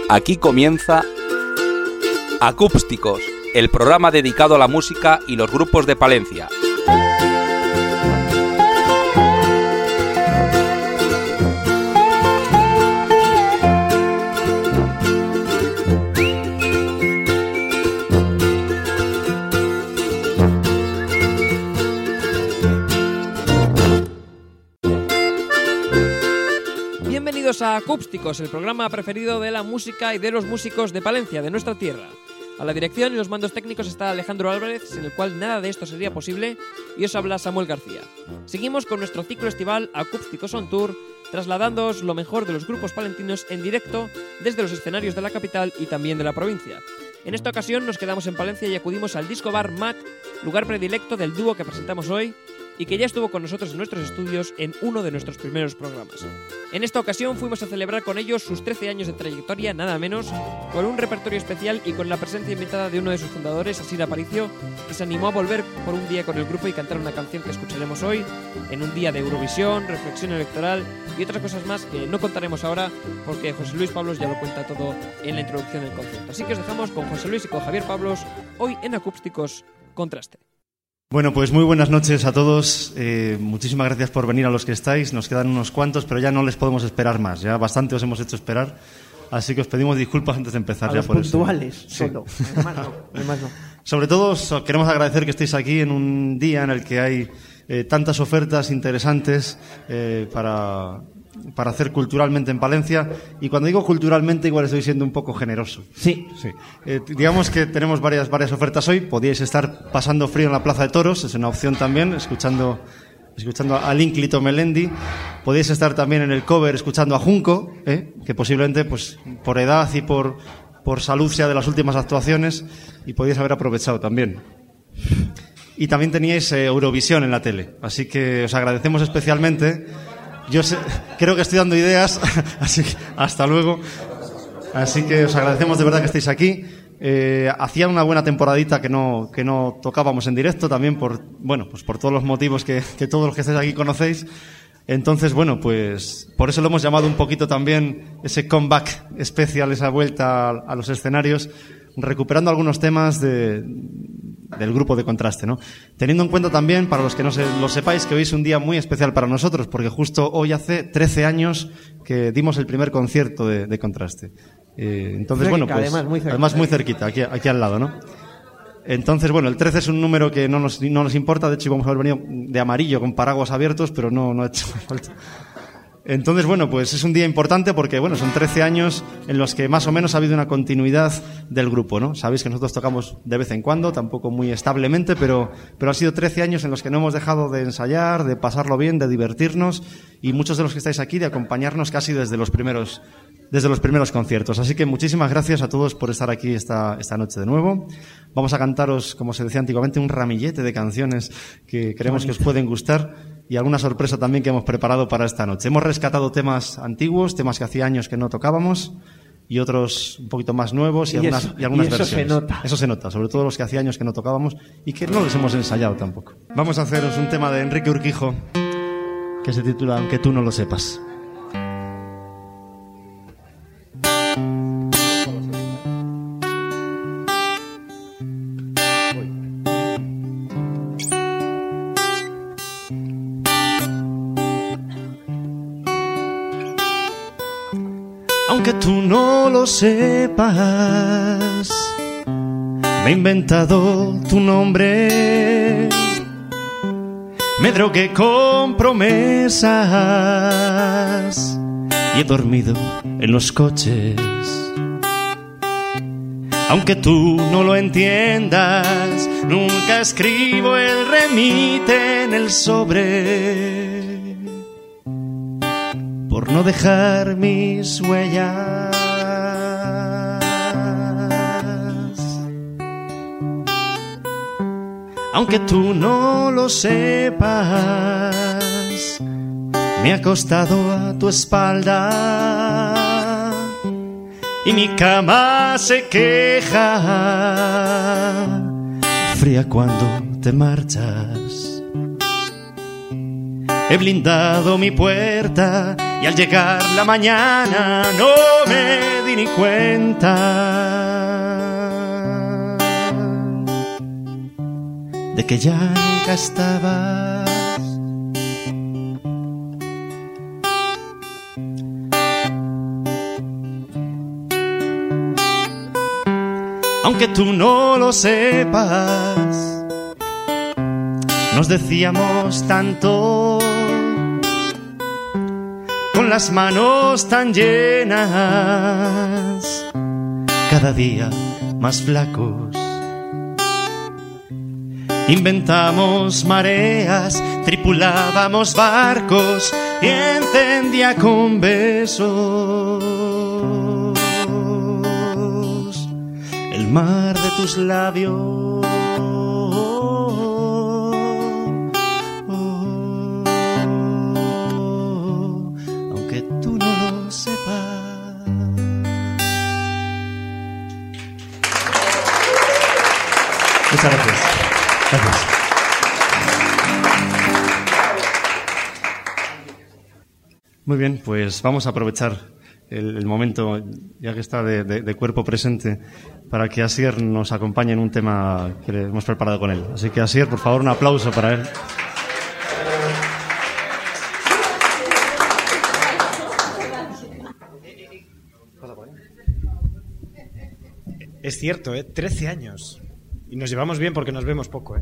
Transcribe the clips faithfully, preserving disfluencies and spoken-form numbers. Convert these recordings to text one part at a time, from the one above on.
Aquí comienza Acústicos, el programa dedicado a la música y los grupos de Palencia. Bienvenidos a Acústicos, el programa preferido de la música y de los músicos de Palencia, de nuestra tierra. A la dirección y los mandos técnicos está Alejandro Álvarez, sin el cual nada de esto sería posible, y os habla Samuel García. Seguimos con nuestro ciclo estival Acústicos on Tour, trasladándoos lo mejor de los grupos palentinos en directo desde los escenarios de la capital y también de la provincia. En esta ocasión nos quedamos en Palencia y acudimos al Disco Bar Mac, lugar predilecto del dúo que presentamos hoy, y que ya estuvo con nosotros en nuestros estudios en uno de nuestros primeros programas. En esta ocasión fuimos a celebrar con ellos sus trece años de trayectoria, nada menos, con un repertorio especial y con la presencia invitada de uno de sus fundadores, Asir Aparicio, que se animó a volver por un día con el grupo y cantar una canción que escucharemos hoy, en un día de Eurovisión, reflexión electoral y otras cosas más que no contaremos ahora porque José Luis Pablos ya lo cuenta todo en la introducción del concierto. Así que os dejamos con José Luis y con Javier Pablos, hoy en Acústicos Contraste. Bueno, pues muy buenas noches a todos. Eh, muchísimas gracias por venir a los que estáis. Nos quedan unos cuantos, pero ya no les podemos esperar más. Ya bastante os hemos hecho esperar. Así que os pedimos disculpas antes de empezar. A ya los por puntuales, eso. solo. Sí. Además no, además no. Sobre todo os queremos agradecer que estéis aquí en un día en el que hay eh, tantas ofertas interesantes eh, para... para hacer culturalmente en Palencia, y cuando digo culturalmente igual estoy siendo un poco generoso. Sí. sí. Eh, digamos que tenemos varias, varias ofertas hoy. Podíais estar pasando frío en la Plaza de Toros, es una opción también, escuchando, escuchando a Línclito Melendi. Podíais estar también en el cover escuchando a Junco, ¿eh? que posiblemente pues por edad y por, por salud sea de las últimas actuaciones, y podíais haber aprovechado también. Y también teníais eh, Eurovisión en la tele, así que os agradecemos especialmente. Yo sé, creo que estoy dando ideas, así que hasta luego. Así que os agradecemos de verdad que estéis aquí. Eh, hacía una buena temporadita que no que no tocábamos en directo, también por bueno pues por todos los motivos que, que todos los que estáis aquí conocéis. Entonces, bueno, pues por eso lo hemos llamado un poquito también ese comeback especial, esa vuelta a, a los escenarios, recuperando algunos temas de, del grupo de Contraste, ¿no? Teniendo en cuenta también, para los que no se, lo sepáis, que hoy es un día muy especial para nosotros, porque justo hoy hace trece años que dimos el primer concierto de, de Contraste. Eh, entonces, cerca, bueno, pues además muy cerquita, además muy cerquita, aquí, aquí al lado, ¿no? Entonces, bueno, el trece es un número que no nos, no nos importa. De hecho, íbamos a haber venido de amarillo con paraguas abiertos, pero no, no ha hecho falta. Entonces, bueno, pues es un día importante porque, bueno, son trece años en los que más o menos ha habido una continuidad del grupo, ¿no? Sabéis que nosotros tocamos de vez en cuando, tampoco muy establemente, pero, pero ha sido trece años en los que no hemos dejado de ensayar, de pasarlo bien, de divertirnos, y muchos de los que estáis aquí de acompañarnos casi desde los primeros, desde los primeros conciertos. Así que muchísimas gracias a todos por estar aquí esta, esta noche de nuevo. Vamos a cantaros, como se decía antiguamente, un ramillete de canciones que creemos que os pueden gustar, y alguna sorpresa también que hemos preparado para esta noche. Hemos rescatado temas antiguos, temas que hacía años que no tocábamos, y otros un poquito más nuevos y, y algunas, eso, y algunas y eso versiones. se nota. Eso se nota, sobre todo los que hacía años que no tocábamos y que no los hemos ensayado tampoco. Vamos a haceros un tema de Enrique Urquijo que se titula Aunque tú no lo sepas. Aunque tú no lo sepas, me he inventado tu nombre, me drogué con promesas y he dormido en los coches. Aunque tú no lo entiendas, nunca escribo el remite en el sobre, por no dejar mis huellas. Aunque tú no lo sepas, me he acostado a tu espalda y mi cama se queja, fría cuando te marchas. He blindado mi puerta y al llegar la mañana no me di ni cuenta de que ya nunca estabas. Aunque tú no lo sepas, nos decíamos tanto, con las manos tan llenas, cada día más flacos. Inventamos mareas, tripulábamos barcos y encendía con besos el mar de tus labios. Muchas gracias. Gracias. Muy bien, pues vamos a aprovechar el, el momento, ya que está de, de, de cuerpo presente, para que Asier nos acompañe en un tema que le hemos preparado con él. Así que, Asier, por favor, un aplauso para él. Es cierto, ¿eh? trece años. Y nos llevamos bien porque nos vemos poco, ¿eh?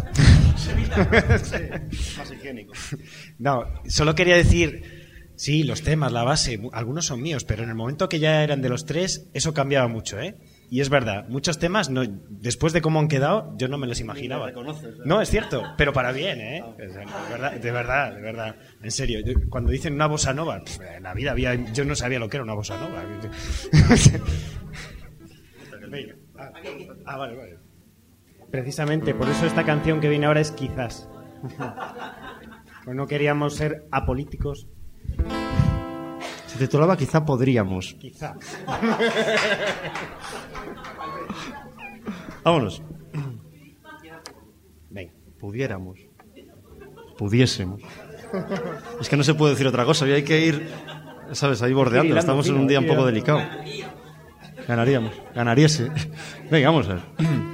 Más higiénico. No, solo quería decir, sí, los temas, la base, algunos son míos, pero en el momento que ya eran de los tres, eso cambiaba mucho, ¿eh? Y es verdad, muchos temas, no, después de cómo han quedado, yo no me los imaginaba. No, es cierto, pero para bien, ¿eh? De verdad, de verdad, de verdad. En serio, yo, cuando dicen una bossa nova, en la vida había, yo no sabía lo que era una bossa nova. Ah, ah, vale, vale. Precisamente, por eso esta canción que viene ahora es Quizás. Pues no queríamos ser apolíticos. Se titulaba Quizá podríamos. Quizá. Vámonos. Venga. Pudiéramos. Pudiésemos. Es que no se puede decir otra cosa. Y hay que ir, ¿sabes? Ahí bordeando. Estamos en un día un poco delicado. Ganaríamos. Ganariese. Venga, vamos a ver.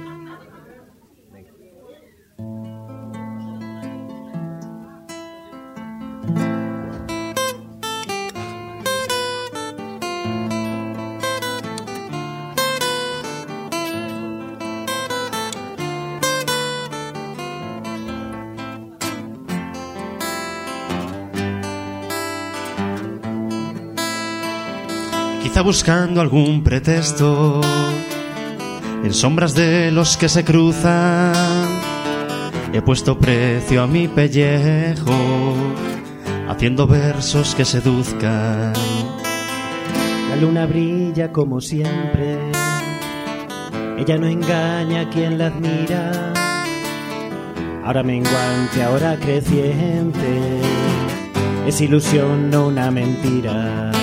Quizá buscando algún pretexto en sombras de los que se cruzan, he puesto precio a mi pellejo, haciendo versos que seduzcan. La luna brilla como siempre, ella no engaña a quien la admira. Ahora menguante, ahora creciente, es ilusión, no una mentira.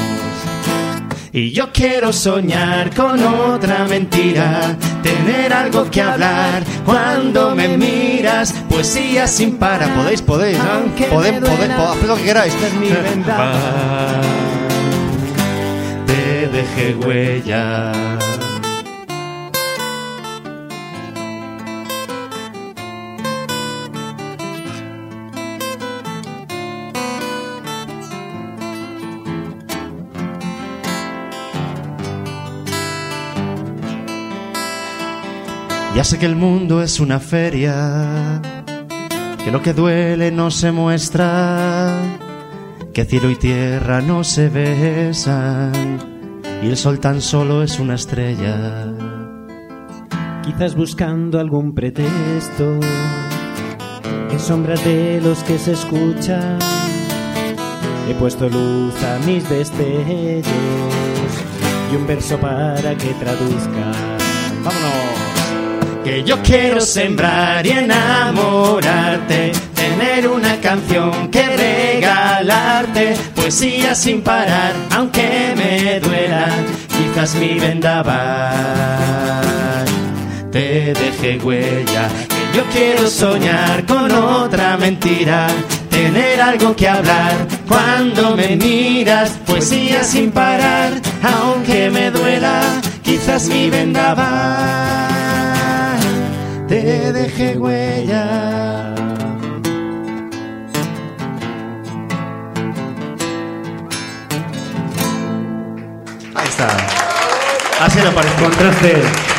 Y yo quiero soñar con otra mentira, tener algo que hablar cuando me miras, poesía sin parar. Podéis, podéis, ¿no? Podéis, podéis, haced lo que queráis. Esta es mi vendaval. Te dejé huella. Ya sé que el mundo es una feria, que lo que duele no se muestra, que cielo y tierra no se besan y el sol tan solo es una estrella. Quizás buscando algún pretexto en sombras de los que se escuchan, he puesto luz a mis destellos y un verso para que traduzca. ¡Vámonos! Que yo quiero sembrar y enamorarte, tener una canción que regalarte, poesía sin parar, aunque me duela, quizás mi vendaval te deje huella. Que yo quiero soñar con otra mentira, tener algo que hablar. Cuando me miras, poesía sin parar, aunque me duela, quizás mi vendaval te deje huella. Ahí está. Así lo parece. Contraste.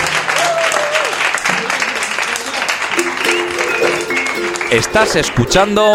Estás escuchando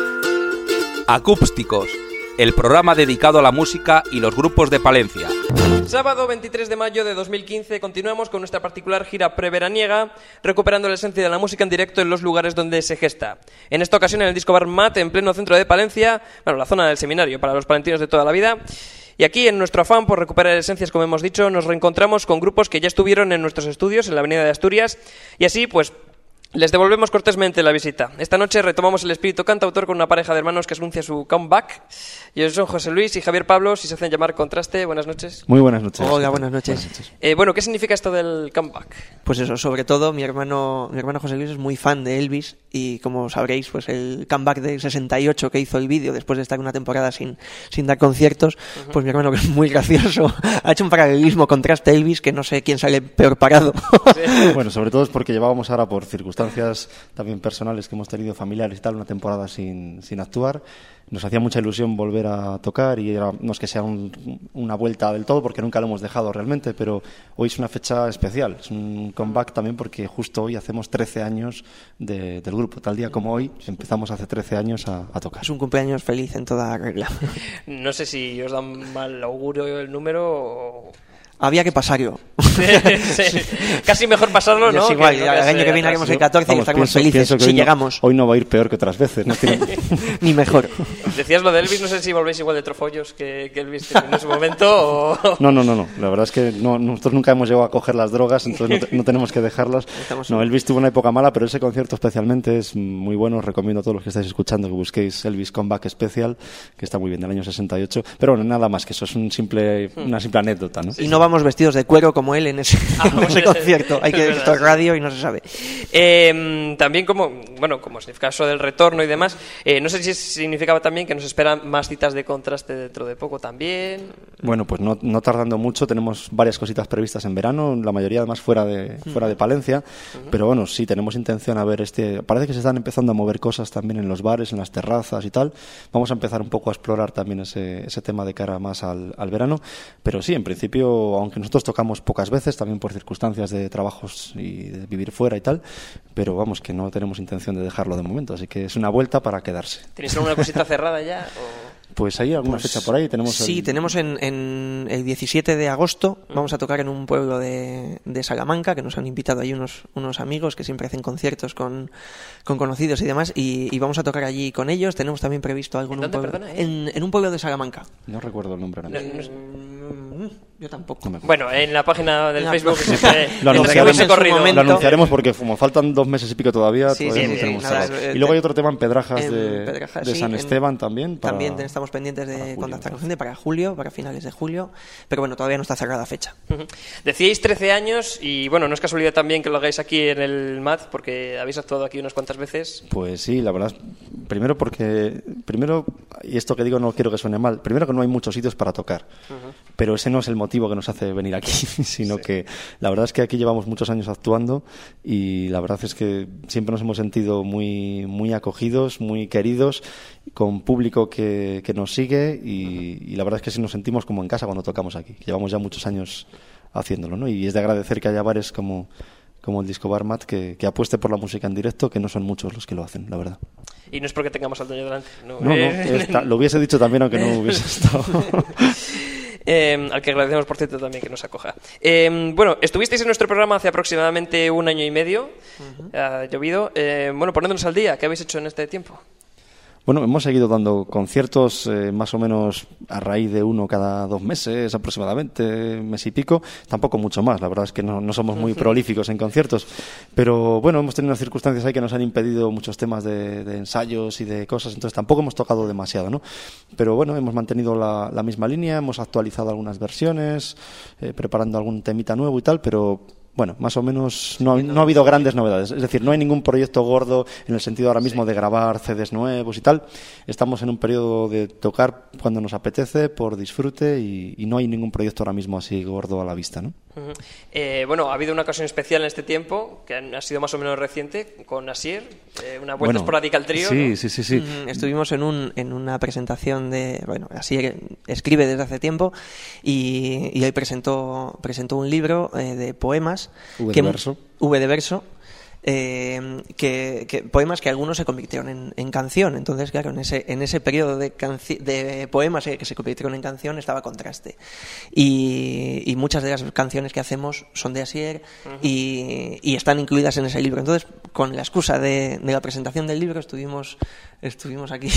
Acústicos, el programa dedicado a la música y los grupos de Palencia. Sábado veintitrés de mayo de dos mil quince continuamos con nuestra particular gira preveraniega, recuperando la esencia de la música en directo en los lugares donde se gesta. En esta ocasión en el Disco Bar Mat, en pleno centro de Palencia, bueno, la zona del seminario para los palentinos de toda la vida. Y aquí, en nuestro afán por recuperar esencias, como hemos dicho, nos reencontramos con grupos que ya estuvieron en nuestros estudios en la Avenida de Asturias, y así, pues, les devolvemos cortésmente la visita. Esta noche retomamos el espíritu cantautor con una pareja de hermanos que anuncia su comeback. Ellos son José Luis y Javier Pablo, si se hacen llamar Contraste. Buenas noches. Muy buenas noches. Hola, buenas noches. Buenas noches. Eh, bueno, ¿qué significa esto del comeback? Pues eso, sobre todo mi hermano, mi hermano José Luis es muy fan de Elvis y como sabréis, pues el comeback del sesenta y ocho que hizo el vídeo después de estar una temporada sin, sin dar conciertos, uh-huh. Pues mi hermano, que es muy gracioso, ha hecho un paralelismo Contraste Elvis que no sé quién sale peor parado. Sí. Bueno, sobre todo es porque llevábamos ahora por circunstancias también personales que hemos tenido, familiares y tal, una temporada sin, sin actuar. Nos hacía mucha ilusión volver a tocar y era, no es que sea un, una vuelta del todo porque nunca lo hemos dejado realmente, pero hoy es una fecha especial, es un comeback también porque justo hoy hacemos trece años de, del grupo, tal día como hoy empezamos hace trece años a, a tocar. Es un cumpleaños feliz en toda regla. No sé si os dan mal augurio el número o... Había que pasarlo. Sí, sí. Casi mejor pasarlo, ¿no? Es igual, que el año que viene haremos el catorce Vamos, y estaremos pienso, felices pienso que si hoy llegamos. No, hoy no va a ir peor que otras veces, ¿no? Ni mejor. Decías lo de Elvis, no sé si volvéis igual de trofollos que, que Elvis en ese momento o... No, no, no, no. La verdad es que no, nosotros nunca hemos llegado a coger las drogas, entonces no, te, no tenemos que dejarlas. No, Elvis tuvo una época mala, pero ese concierto especialmente es muy bueno. Os recomiendo a todos los que estáis escuchando que busquéis Elvis Comeback Special, que está muy bien, del año sesenta y ocho. Pero bueno, nada más que eso, es un simple, una simple anécdota, ¿no? Y no vamos vestidos de cuero como él en ese, ah, en ese concierto. Hay que esto es radio y no se sabe. Eh, también como, bueno, como significa eso del retorno y demás, eh, no sé si significaba también que nos esperan más citas de Contraste dentro de poco también. Bueno, pues no, no tardando mucho, tenemos varias cositas previstas en verano, la mayoría además fuera de, fuera de Palencia, uh-huh. Pero bueno, sí, tenemos intención a ver este... Parece que se están empezando a mover cosas también en los bares, en las terrazas y tal. Vamos a empezar un poco a explorar también ese, ese tema de cara más al, al verano, pero sí, en principio, aunque nosotros tocamos pocas veces, también por circunstancias de trabajos y de vivir fuera y tal, pero vamos, que no tenemos intención de dejarlo de momento, así que es una vuelta para quedarse. ¿Tenéis alguna cosita cerrada ya? O... Pues hay alguna pues, fecha por ahí. Tenemos sí, el... tenemos en, en el diecisiete de agosto, vamos a tocar en un pueblo de, de Salamanca, que nos han invitado ahí unos, unos amigos que siempre hacen conciertos con, con conocidos y demás, y, y vamos a tocar allí con ellos. Tenemos también previsto algo en, ¿En un dónde, pueblo, perdona, eh? en, en un pueblo de Salamanca. No recuerdo el nombre ahora mismo. No, no, yo tampoco. No bueno, en la página del no, Facebook no. siempre lo, anunciaremos, ese corrido. lo anunciaremos porque como faltan dos meses y pico todavía, Sí, todavía sí, no sí, tenemos nada, cerrado. eh, Y luego hay otro tema en Pedrajas en de, Pedrajas, de sí, San en- Esteban también. Para, También te- estamos pendientes de julio, contactar me con gente para julio, para finales de julio, pero bueno, todavía no está cerrada fecha. Ujú. Decíais trece años y bueno, no es casualidad también que lo hagáis aquí en el M A D porque habéis actuado aquí unas cuantas veces. Pues sí, la verdad, primero porque, primero, y esto que digo no quiero que suene mal, primero que no hay muchos sitios para tocar, uh-huh. Pero ese no es el motivo que nos hace venir aquí, sino sí. Que la verdad es que aquí llevamos muchos años actuando y la verdad es que siempre nos hemos sentido muy, muy acogidos, muy queridos, con público que, que nos sigue y, uh-huh. Y la verdad es que sí nos sentimos como en casa cuando tocamos aquí, que llevamos ya muchos años haciéndolo, ¿no? Y es de agradecer que haya bares como... como el Disco Bar Mat, que, que apueste por la música en directo, que no son muchos los que lo hacen, la verdad. Y no es porque tengamos al dueño delante. No, no, no eh, está, lo hubiese dicho también aunque no hubiese estado. eh, al que agradecemos, por cierto, también que nos acoja. Eh, bueno, estuvisteis en nuestro programa hace aproximadamente un año y medio, uh-huh. Ha llovido. Eh, bueno, poniéndonos al día, ¿qué habéis hecho en este tiempo? Bueno, hemos seguido dando conciertos eh, más o menos a raíz de uno cada dos meses aproximadamente, mes y pico, tampoco mucho más, la verdad es que no, no somos muy prolíficos en conciertos, pero bueno, hemos tenido circunstancias ahí que nos han impedido muchos temas de, de ensayos y de cosas, entonces tampoco hemos tocado demasiado, ¿no? Pero bueno, hemos mantenido la, la misma línea, hemos actualizado algunas versiones, eh, preparando algún temita nuevo y tal, pero bueno, más o menos no, no ha habido grandes novedades. Es decir, no hay ningún proyecto gordo en el sentido ahora mismo de grabar C Ds nuevos y tal. Estamos en un periodo de tocar cuando nos apetece, por disfrute, y, y no hay ningún proyecto ahora mismo así gordo a la vista, ¿no? Uh-huh. eh, bueno, ha habido una ocasión especial en este tiempo, que ha sido más o menos reciente, con Asier, eh, una vuelta Bueno, esporádica al trío. Sí, ¿no? sí, sí, sí. Mm, Estuvimos en, un, en una presentación de... Bueno, Asier escribe desde hace tiempo y, y él presentó, presentó un libro eh, de poemas. V que, de verso. V de verso. Eh, que, que poemas que algunos se convirtieron en, en canción. Entonces, claro, en ese, en ese periodo de, canci- de poemas eh, que se convirtieron en canción estaba Contraste. Y, y muchas de las canciones que hacemos son de Asier uh-huh. y, y están incluidas en ese libro. Entonces, con la excusa de, de la presentación del libro, estuvimos, estuvimos aquí,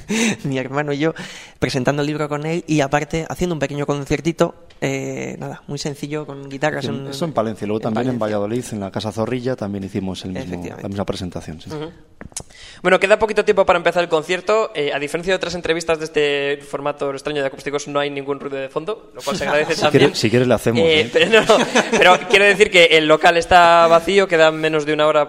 mi hermano y yo, presentando el libro con él y aparte haciendo un pequeño conciertito, eh, nada, muy sencillo, con guitarras. Sí, en, eso en Palencia. Luego en también Palencia. en Valladolid, en la Casa Zorrilla, también hicimos el mismo, la misma presentación. Sí. Uh-huh. Bueno, queda poquito tiempo para empezar el concierto. Eh, a diferencia de otras entrevistas de este formato extraño de acústicos, no hay ningún ruido de fondo, lo cual se agradece si también. Quieres, si quieres le hacemos. Eh, ¿eh? pero, no, pero quiero decir que el local está vacío, queda menos de una hora,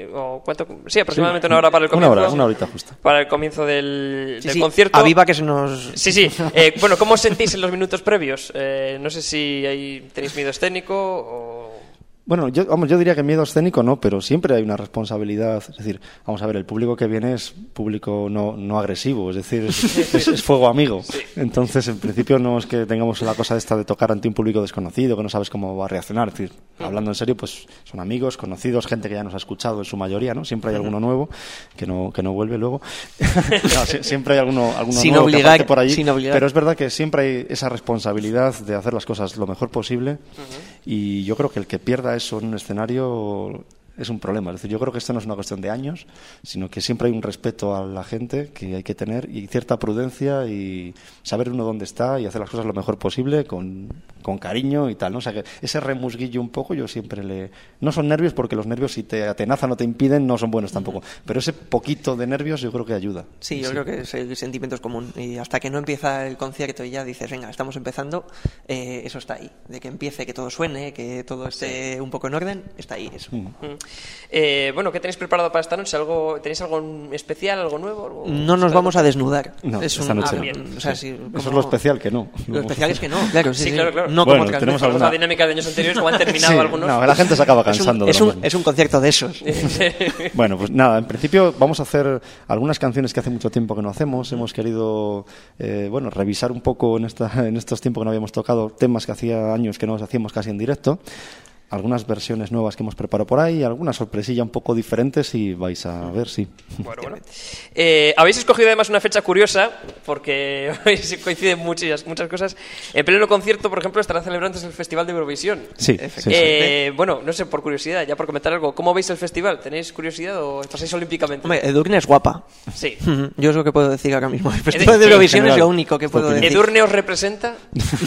o ¿cuánto? Sí, aproximadamente Sí, una hora para el comienzo. Una hora, una horita justa. Para el comienzo del, Sí, del sí, concierto. aviva que se nos... Sí, sí. Eh, bueno, ¿cómo os sentís en los minutos previos? Eh, no sé si hay, tenéis miedo escénico o... Bueno, yo, vamos, yo diría que miedo escénico no, pero siempre hay una responsabilidad. Es decir, vamos a ver, el público que viene es público no, no agresivo, es decir, es, es, es fuego amigo. Sí. Entonces, en principio, no es que tengamos la cosa esta de tocar ante un público desconocido, que no sabes cómo va a reaccionar. Es decir, hablando en serio, pues son amigos, conocidos, gente que ya nos ha escuchado en su mayoría, ¿no? Siempre hay alguno nuevo que no, que no vuelve luego. No, si, siempre hay alguno, alguno sin nuevo obligar, que aparece por allí. sin obligar. Pero es verdad que siempre hay esa responsabilidad de hacer las cosas lo mejor posible. Uh-huh. Y yo creo que el que pierda eso en un escenario es un problema. Es decir, yo creo que esto no es una cuestión de años, sino que siempre hay un respeto a la gente que hay que tener y cierta prudencia y saber uno dónde está y hacer las cosas lo mejor posible con, con cariño y tal, ¿no? O sea que ese remusguillo un poco yo siempre le... No son nervios porque los nervios si te atenazan o te impiden no son buenos tampoco, pero ese poquito de nervios yo creo que ayuda. Sí, yo sí. creo que es el sentimiento es común y hasta que no empieza el concierto y ya dices, venga, estamos empezando, eh, eso está ahí. De que empiece, que todo suene, que todo esté sí. un poco en orden, está ahí eso. Mm. Mm. Eh, bueno, ¿qué tenéis preparado para esta noche? ¿Algo, ¿Tenéis algo especial, algo nuevo? Algo no nos vamos a desnudar. No, es esta un, noche ah, no. O sea, sí, como... Eso es lo especial que no. Lo especial es que no, claro. Sí, sí, sí. claro, claro. No bueno, como otras tenemos veces. alguna... la dinámica de años anteriores, como han terminado sí, algunos. No, la gente se acaba cansando. Es un, es de un, es un concierto de esos. Bueno, pues nada, en principio vamos a hacer algunas canciones que hace mucho tiempo que no hacemos. Hemos querido, eh, bueno, revisar un poco en, esta, en estos tiempos que no habíamos tocado temas que hacía años que no los hacíamos casi en directo. Algunas versiones nuevas que hemos preparado por ahí, alguna sorpresilla un poco diferentes y vais a ver, sí. Bueno, bueno. Eh, habéis escogido además una fecha curiosa, porque coinciden muchas, muchas cosas. En pleno concierto, por ejemplo, estará celebrándose el Festival de Eurovisión. Sí, sí, eh, sí. Bueno, no sé, por curiosidad, ya por comentar algo, ¿cómo veis el festival? ¿Tenéis curiosidad o pasáis olímpicamente? Hombre, Edurne es guapa. Sí. Yo es lo que puedo decir ahora mismo. El Festival de Eurovisión es lo único que puedo decir. ¿Edurne os representa?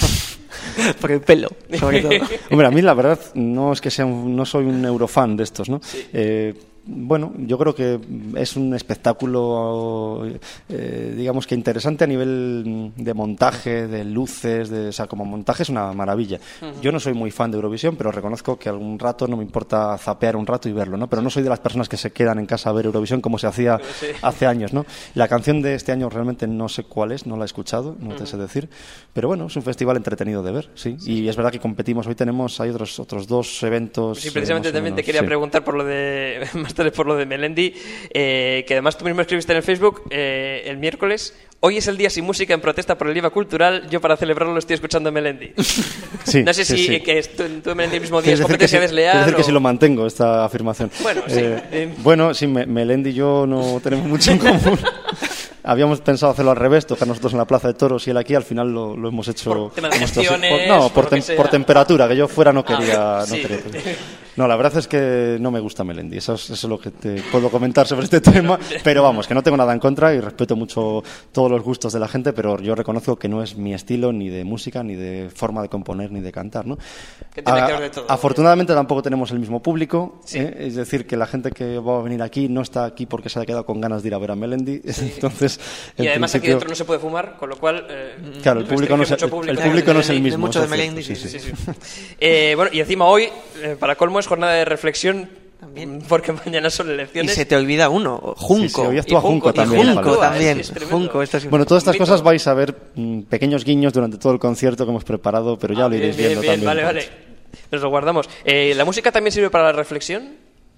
Por el pelo, sobre todo. Hombre, a mí la verdad no es que sea un, no soy un eurofan de estos, ¿no? Sí. Eh, bueno, yo creo que es un espectáculo, eh, digamos que interesante a nivel de montaje, de luces, de, o sea, como montaje es una maravilla. Uh-huh. Yo no soy muy fan de Eurovisión, pero reconozco que algún rato no me importa zapear un rato y verlo, ¿no? Pero no soy de las personas que se quedan en casa a ver Eurovisión como se hacía sí. hace años, ¿no? La canción de este año realmente no sé cuál es, no la he escuchado, no uh-huh. te sé decir, pero bueno, es un festival entretenido de ver, sí. sí. Y es verdad que competimos, hoy tenemos, hay otros otros dos eventos. Sí, precisamente eh, también menos, te quería sí. preguntar por lo de por lo de Melendi, eh, que además tú mismo escribiste en el Facebook eh, el miércoles. Hoy es el día sin música en protesta por el I V A cultural. Yo para celebrarlo estoy escuchando Melendi. Sí, no sé sí, si sí. que tú, tú Melendi el mismo día es competencia si, desleal. Quiero decir o... que si lo mantengo esta afirmación. Bueno, sí. Eh, eh. Bueno, sí, Melendi y yo no tenemos mucho en común. Habíamos pensado hacerlo al revés, tocar nosotros en la Plaza de Toros y él aquí, al final lo, lo hemos hecho... Por tema de hemos gestiones, por, no, por, por, tem, por temperatura, que yo fuera no quería... Ah, no sí. quería No, la verdad es que no me gusta Melendi, eso es, eso es lo que te puedo comentar sobre este tema, pero vamos, que no tengo nada en contra y respeto mucho todos los gustos de la gente, pero yo reconozco que no es mi estilo ni de música, ni de forma de componer, ni de cantar, ¿no? Que tiene A, que ver de todo. Afortunadamente tampoco tenemos el mismo público, Sí. ¿eh? Es decir, que la gente que va a venir aquí no está aquí porque se haya quedado con ganas de ir a ver a Melendi, sí. Entonces, Y en además aquí principio, dentro no se puede fumar, con lo cual... Eh, claro, el público no es el, mucho el público. público no es el De- de mismo. mucho eso de es cierto, Melendi, sí, sí, sí. Sí, sí. Eh, bueno, y encima hoy, eh, para colmo, es jornada de reflexión, También. porque mañana son Y elecciones. se te olvida uno, Junco. Sí, sí, hoy actúa Y Junco, Junco y también. Junco Pablo. también. Es tremendo. Junco, esto es Bueno, todas estas Mito. cosas vais a ver mm, pequeños guiños durante todo el concierto que hemos preparado, pero ya Ah, lo iréis bien, viendo bien, bien, también. Vale, vale. Nos lo guardamos. Eh, ¿La música también sirve para la reflexión?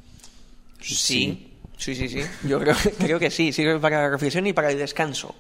Sí. Sí, sí, sí. Yo creo, creo que sí. Sirve para la reflexión y para el descanso.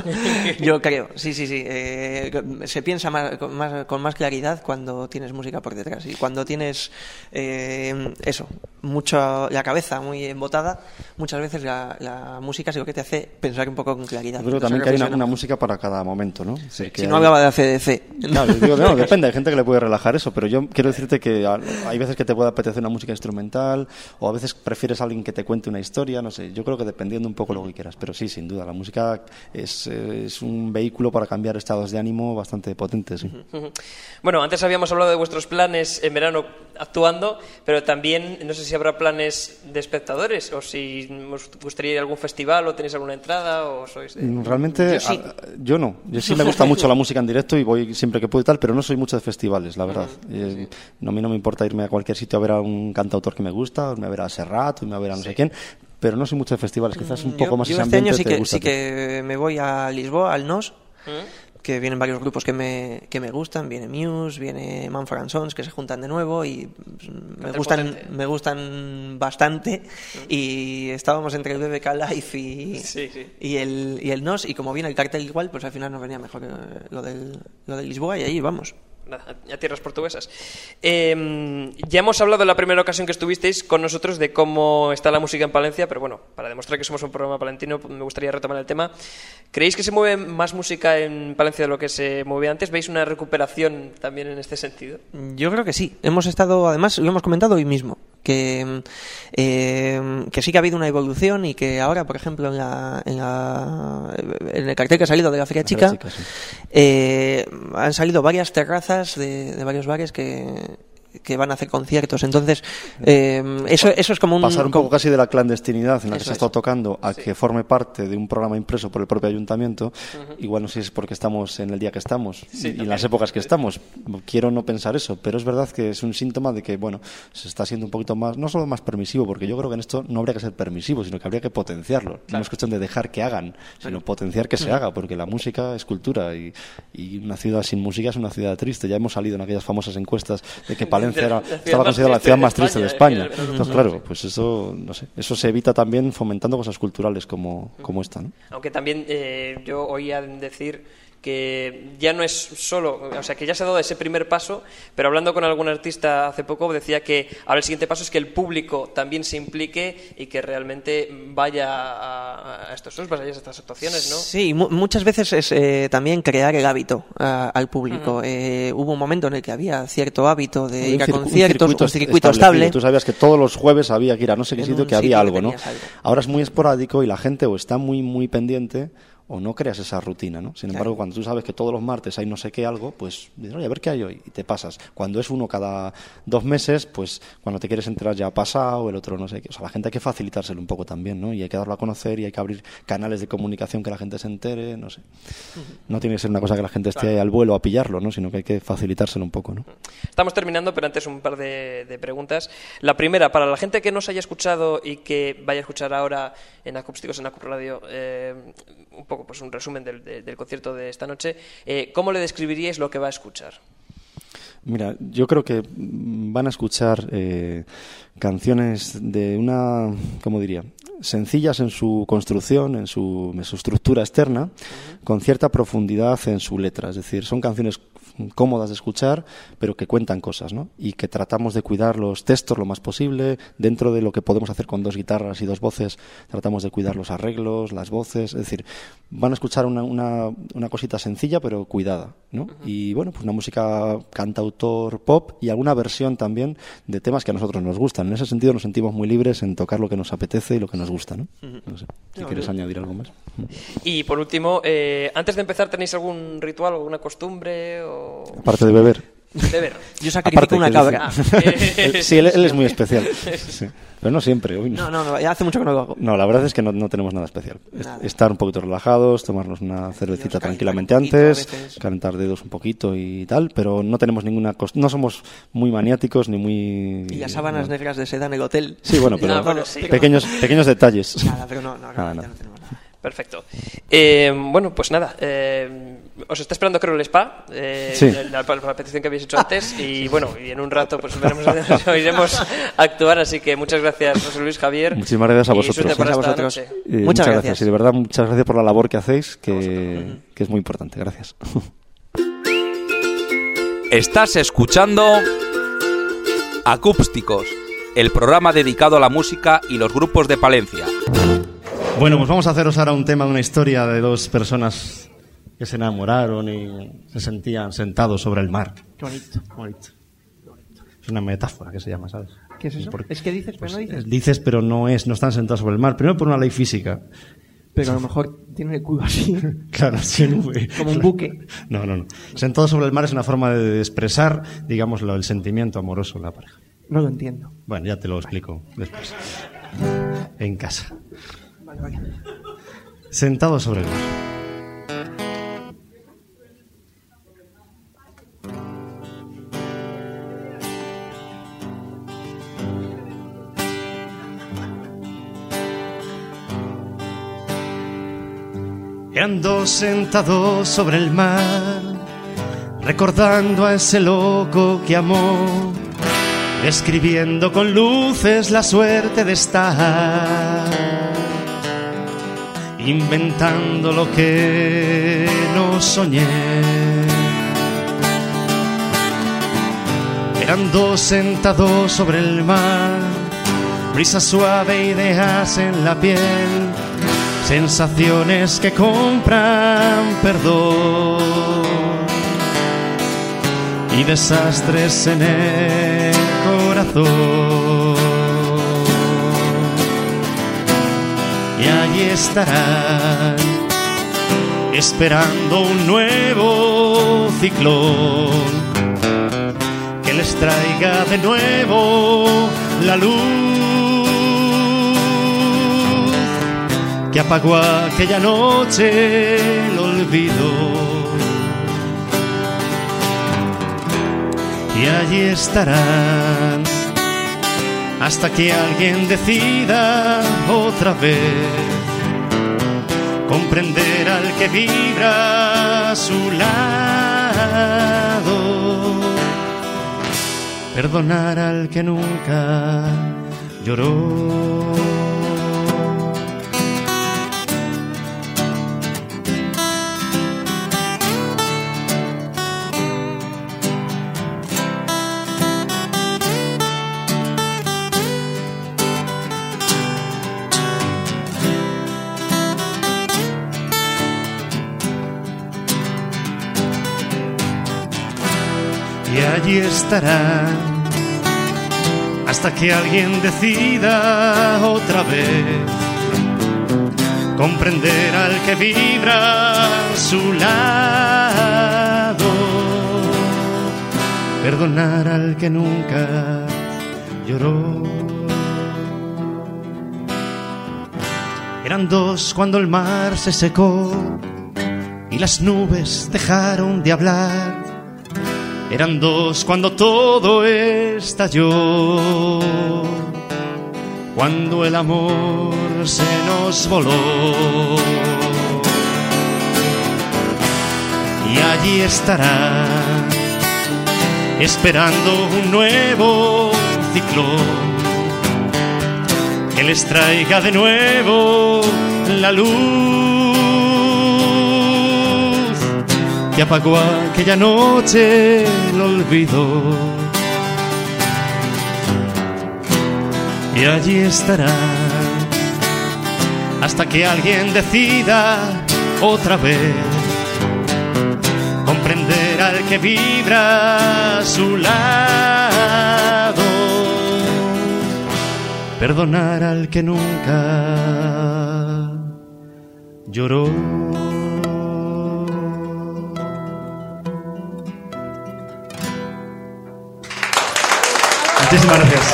Yo creo. Sí, sí, sí. Eh, se piensa más, con, más, con más claridad cuando tienes música por detrás. Y cuando tienes eh, eso, mucho, la cabeza muy embotada, muchas veces la, la música es lo que te hace pensar un poco con claridad. Yo creo Entonces, también que hay una, reflexiona. una música para cada momento, ¿no? Es decir, que Si no hay- hablaba de A C D C. Claro, digo, no, depende, hay gente que le puede relajar eso, pero yo quiero decirte que a- hay veces que te puede apetecer una música instrumental o a veces prefieres a alguien que te cuente una historia, no sé, yo creo que dependiendo un poco lo que quieras, pero sí, sin duda, la música es, eh, es un vehículo para cambiar estados de ánimo bastante potente, sí. Ujú. Bueno, antes habíamos hablado de vuestros planes en verano actuando, pero también no sé si habrá planes de espectadores o si os gustaría ir a algún festival o tenéis alguna entrada o sois de... Realmente, Yo sí. a- yo no. Yo sí me gusta mucho la música en directo y voy siempre que puedo y tal, pero no soy mucho de festivales, la verdad. Eh, no, a mí no me importa irme a cualquier sitio a ver a un cantautor que me gusta, o irme a ver a Serrat, o irme a ver a no sé quién, pero no soy mucho de festivales. Quizás un poco yo, más yo ese este año ambiente sí te que, gusta sí a ti. que me voy a Lisboa, al N O S, ¿Mm? que vienen varios grupos que me, que me gustan. Viene Muse, viene Mumford and Sons, que se juntan de nuevo y pues, me Cantar gustan, potente. me gustan bastante. Y estábamos entre el B B K Live y, Sí, sí. y, el, y el N O S, y como viene el cartel igual, pues al final nos venía mejor eh, lo, del, lo de Lisboa, y ahí vamos. Nada, a tierras portuguesas. Eh, ya hemos hablado en la primera ocasión que estuvisteis con nosotros de cómo está la música en Palencia, pero bueno, para demostrar que somos un programa palentino, me gustaría retomar el tema. ¿Creéis que se mueve más música en Palencia de lo que se movía antes? ¿Veis una recuperación también en este sentido? Yo creo que sí. Hemos estado, además, lo hemos comentado hoy mismo, que, eh, que sí que ha habido una evolución y que ahora, por ejemplo, en, la, en, la, en el cartel que ha salido de la Feria Chica, Chica, sí. eh, han salido varias terrazas de, de varios bares que, que van a hacer conciertos. Entonces, eh, eso, eso es como un... Pasar un poco casi de la clandestinidad en la que Eso se ha es. estado tocando a que forme parte de un programa impreso por el propio ayuntamiento. Igual no sé si es porque estamos en el día que estamos Sí, y en también. las épocas que estamos. Quiero no pensar eso, pero es verdad que es un síntoma de que, bueno, se está siendo un poquito más, no solo más permisivo, porque yo creo que en esto no habría que ser permisivo, sino que habría que potenciarlo. No es cuestión de dejar que hagan, sino potenciar que se haga, porque la música es cultura y, y una ciudad sin música es una ciudad triste. Ya hemos salido en aquellas famosas encuestas de que Palencia era, La ciudad estaba más considerada la triste ciudad de más triste de España, España. eh, Entonces, claro, pues eso, no sé, eso se evita también fomentando cosas culturales como, como esta, ¿no? Aunque también eh, yo oía decir que ya no es solo, o sea, que ya se ha dado ese primer paso, pero hablando con algún artista hace poco decía que ahora el siguiente paso es que el público también se implique y que realmente vaya a, a estos shows, vaya a estas actuaciones, ¿no? Sí, mu- muchas veces es eh, también crear el hábito a- al público. Eh, hubo un momento en el que había cierto hábito de ir a Un circu- un conciertos, un circuito, establecido. estable. Tú sabías que todos los jueves había que ir a no sé qué En sitio, un que había sitio que algo, ¿no? tenías algo. Ahora es muy esporádico y la gente o está muy, muy pendiente o no creas esa rutina, ¿no? Sin embargo, Claro. cuando tú sabes que todos los martes hay no sé qué algo, pues dices, oye, a ver qué hay hoy, y te pasas. Cuando es uno cada dos meses, pues cuando te quieres enterar ya ha pasado, el otro no sé qué. O sea, la gente hay que facilitárselo un poco también, ¿no? Y hay que darlo a conocer y hay que abrir canales de comunicación que la gente se entere, no sé. No tiene que ser una cosa que la gente esté ahí al vuelo a pillarlo, ¿no? Sino que hay que facilitárselo un poco, ¿no? Estamos terminando, pero antes un par de, de preguntas. La primera, para la gente que no se haya escuchado y que vaya a escuchar ahora en Acústicos, en Acup Radio, eh, un poco pues un resumen del, de- del concierto de esta noche, eh, ¿cómo le describiríais lo que va a escuchar? Mira, yo creo que mm, van a escuchar eh, canciones de una, ¿cómo diría? Sencillas en su construcción, en su, en su estructura externa, con cierta profundidad en su letra. Es decir, son canciones cómodas de escuchar, pero que cuentan cosas, ¿no? Y que tratamos de cuidar los textos lo más posible, dentro de lo que podemos hacer con dos guitarras y dos voces, tratamos de cuidar los arreglos, las voces, es decir, van a escuchar una, una, una cosita sencilla pero cuidada, ¿no? Uh-huh. Y bueno, pues una música cantautor pop y alguna versión también de temas que a nosotros nos gustan. En ese sentido nos sentimos muy libres en tocar lo que nos apetece y lo que nos gusta, ¿no? Uh-huh. No sé, si no, quieres no. añadir algo más. Y por último, eh, antes de empezar, ¿tenéis algún ritual o alguna costumbre? O... Aparte de beber. Beber. Yo sacrifico una cabra. él, sí, él, él es muy especial. Sí. Pero no siempre. Hoy no. no, no, no, ya hace mucho que no lo hago. No, la verdad es que no, no tenemos nada especial. Nada. Estar un poquito relajados, tomarnos una cervecita tranquilamente antes, calentar dedos un poquito y tal, pero no tenemos ninguna cost- no somos muy maniáticos ni muy... Y las sábanas no. negras de seda en el hotel. Sí, bueno, pero no, bueno, sí, pequeños, pero... pequeños detalles. Nada, pero no, no, nada, nada. no tenemos nada. Perfecto. Eh, bueno, pues nada, eh, os está esperando creo el spa, eh, sí. la, la, la petición que habéis hecho antes y bueno, y en un rato pues veremos, oiremos actuar, así que muchas gracias José Luis, Javier. Muchísimas gracias a vosotros. Y para a vosotros. Eh, muchas, muchas gracias. gracias y de verdad muchas gracias por la labor que hacéis, que, uh-huh. que es muy importante. Gracias. Estás escuchando Acústicos, el programa dedicado a la música y los grupos de Palencia. Bueno, pues vamos a haceros ahora un tema de una historia de dos personas que se enamoraron y se sentían sentados sobre el mar. Qué bonito. bonito. Es una metáfora que se llama, ¿sabes? ¿Qué es eso? Porque, es que dices, pero pues, no dices. Dices, pero no es, no están sentados sobre el mar. Primero por una ley física. Pero a lo mejor tiene el culo así. Claro, sí, como un buque. No, no, no. Sentados sobre el mar es una forma de expresar, digamos, el sentimiento amoroso de la pareja. No lo entiendo. Bueno, ya te lo explico después. En casa. Vale, vale. Sentado sobre el mar. Eran dos sentados sobre el mar, recordando a ese loco que amó, describiendo con luces la suerte de estar, inventando lo que no soñé. Eran dos sentados sobre el mar, brisa suave, ideas en la piel, sensaciones que compran perdón y desastres en el corazón. Y allí estarán, esperando un nuevo ciclón que les traiga de nuevo la luz que apagó aquella noche el olvido. Y allí estarán hasta que alguien decida otra vez comprender al que vibra a su lado, perdonar al que nunca lloró. Y allí estarán hasta que alguien decida otra vez comprender al que vibra a su lado, perdonar al que nunca lloró. Eran dos cuando el mar se secó y las nubes dejaron de hablar. Eran dos cuando todo estalló, cuando el amor se nos voló. Y allí estarán, esperando un nuevo ciclón que les traiga de nuevo la luz que apagó aquella noche el olvido. Y allí estará hasta que alguien decida otra vez comprender al que vibra a su lado, perdonar al que nunca lloró. Muchísimas gracias.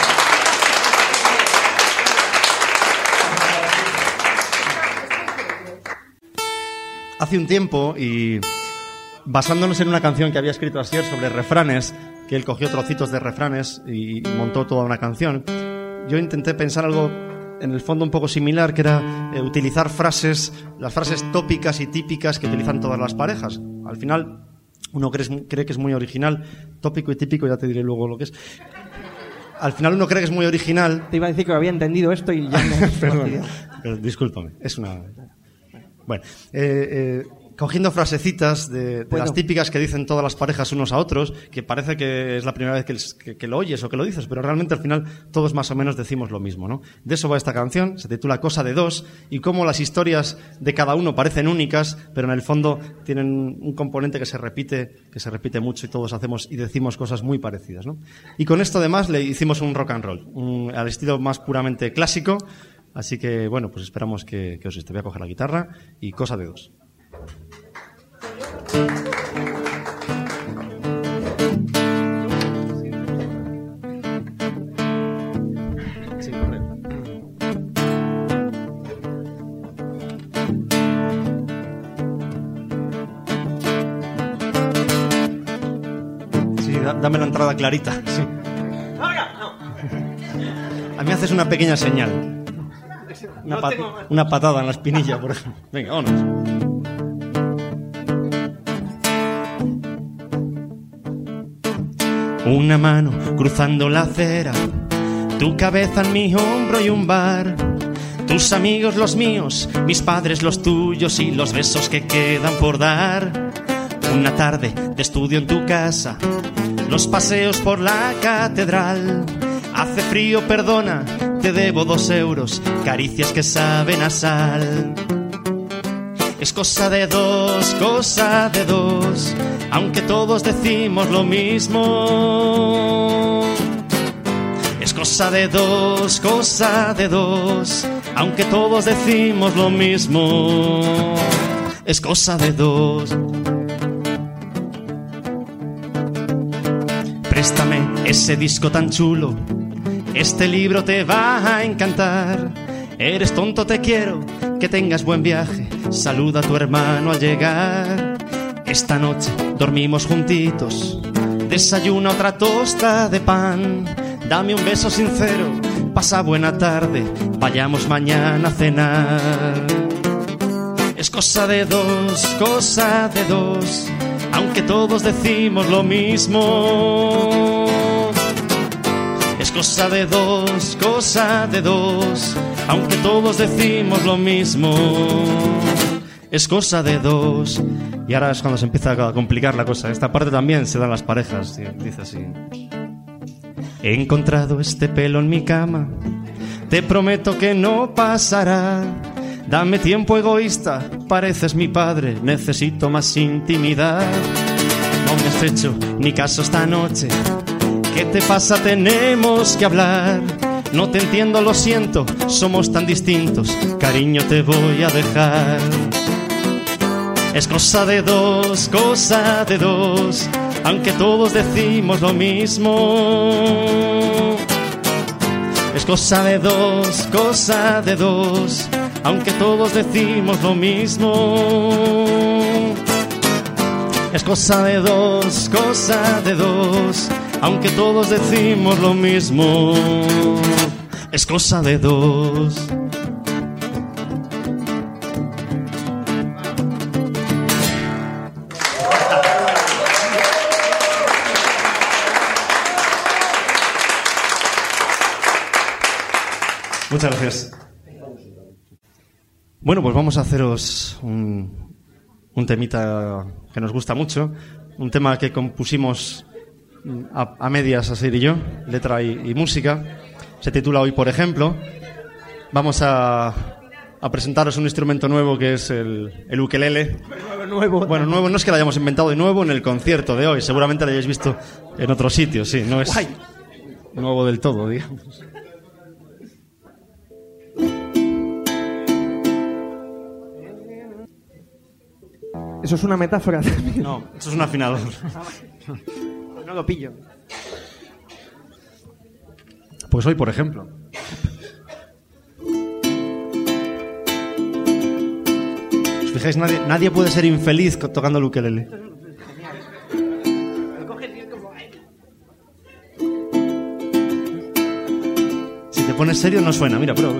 Hace un tiempo, y basándonos en una canción que había escrito Asier sobre refranes, que él cogió trocitos de refranes y montó toda una canción, yo intenté pensar algo en el fondo un poco similar, que era eh, utilizar frases, las frases tópicas y típicas que utilizan todas las parejas. Al final, uno cree, cree que es muy original, tópico y típico, ya te diré luego lo que es. Al final uno cree que es muy original. Te iba a decir que había entendido esto y ya me... Perdón, pero discúlpame, es una... Bueno, eh, eh, cogiendo frasecitas de, de bueno. las típicas que dicen todas las parejas unos a otros, que parece que es la primera vez que, les, que, que lo oyes o que lo dices, pero realmente al final todos más o menos decimos lo mismo, ¿no? De eso va esta canción, se titula Cosa de dos, y cómo las historias de cada uno parecen únicas, pero en el fondo tienen un componente que se repite, que se repite mucho y todos hacemos y decimos cosas muy parecidas, ¿no? Y con esto además le hicimos un rock and roll, un, al estilo más puramente clásico. Así que, bueno, pues esperamos que, que os esté. Voy a coger la guitarra y Cosa de dos. Sí, correcto. Sí, da, dame la entrada clarita. Sí. A mí haces una pequeña señal. Una, pat una patada en la espinilla, por ejemplo. Venga, vámonos. Una mano cruzando la acera, tu cabeza en mi hombro y un bar. Tus amigos los míos, mis padres los tuyos y los besos que quedan por dar. Una tarde de estudio en tu casa, los paseos por la catedral. Hace frío, perdona, te debo dos euros, caricias que saben a sal. Es cosa de dos, cosa de dos, aunque todos decimos lo mismo. Es cosa de dos, cosa de dos, aunque todos decimos lo mismo. Es cosa de dos. Préstame ese disco tan chulo, este libro te va a encantar. Eres tonto, te quiero, que tengas buen viaje. Saluda a tu hermano al llegar. Esta noche dormimos juntitos, desayuna otra tosta de pan. Dame un beso sincero, pasa buena tarde, vayamos mañana a cenar. Es cosa de dos, cosa de dos, aunque todos decimos lo mismo. Es cosa de dos, cosa de dos, aunque todos decimos lo mismo. Es cosa de dos. Y ahora es cuando se empieza a complicar la cosa. Esta parte también se da en las parejas. Dice así: he encontrado este pelo en mi cama, te prometo que no pasará. Dame tiempo, egoísta, pareces mi padre, necesito más intimidad. No me has hecho ni caso esta noche, ¿qué te pasa? Tenemos que hablar. No te entiendo, lo siento, somos tan distintos, cariño, te voy a dejar. Es cosa de dos, cosa de dos, aunque todos decimos lo mismo. Es cosa de dos, cosa de dos, aunque todos decimos lo mismo. Es cosa de dos, cosa de dos, aunque todos decimos lo mismo. Es cosa de dos. Muchas gracias. Bueno, pues vamos a haceros un, un temita que nos gusta mucho, un tema que compusimos a, a medias, Asier y yo, letra y, y música. Se titula Hoy, por ejemplo. Vamos a, a presentaros un instrumento nuevo que es el, el ukelele. Nuevo. Bueno, nuevo no es que lo hayamos inventado de nuevo en el concierto de hoy, seguramente lo hayáis visto en otros sitios, sí, no es Guay. nuevo del todo, digamos. Eso es una metáfora también. No, eso es un afinador. No lo pillo. Pues hoy, por ejemplo. ¿Os fijáis? Nadie, nadie puede ser infeliz tocando el ukelele. Si te pones serio no suena, mira, prueba.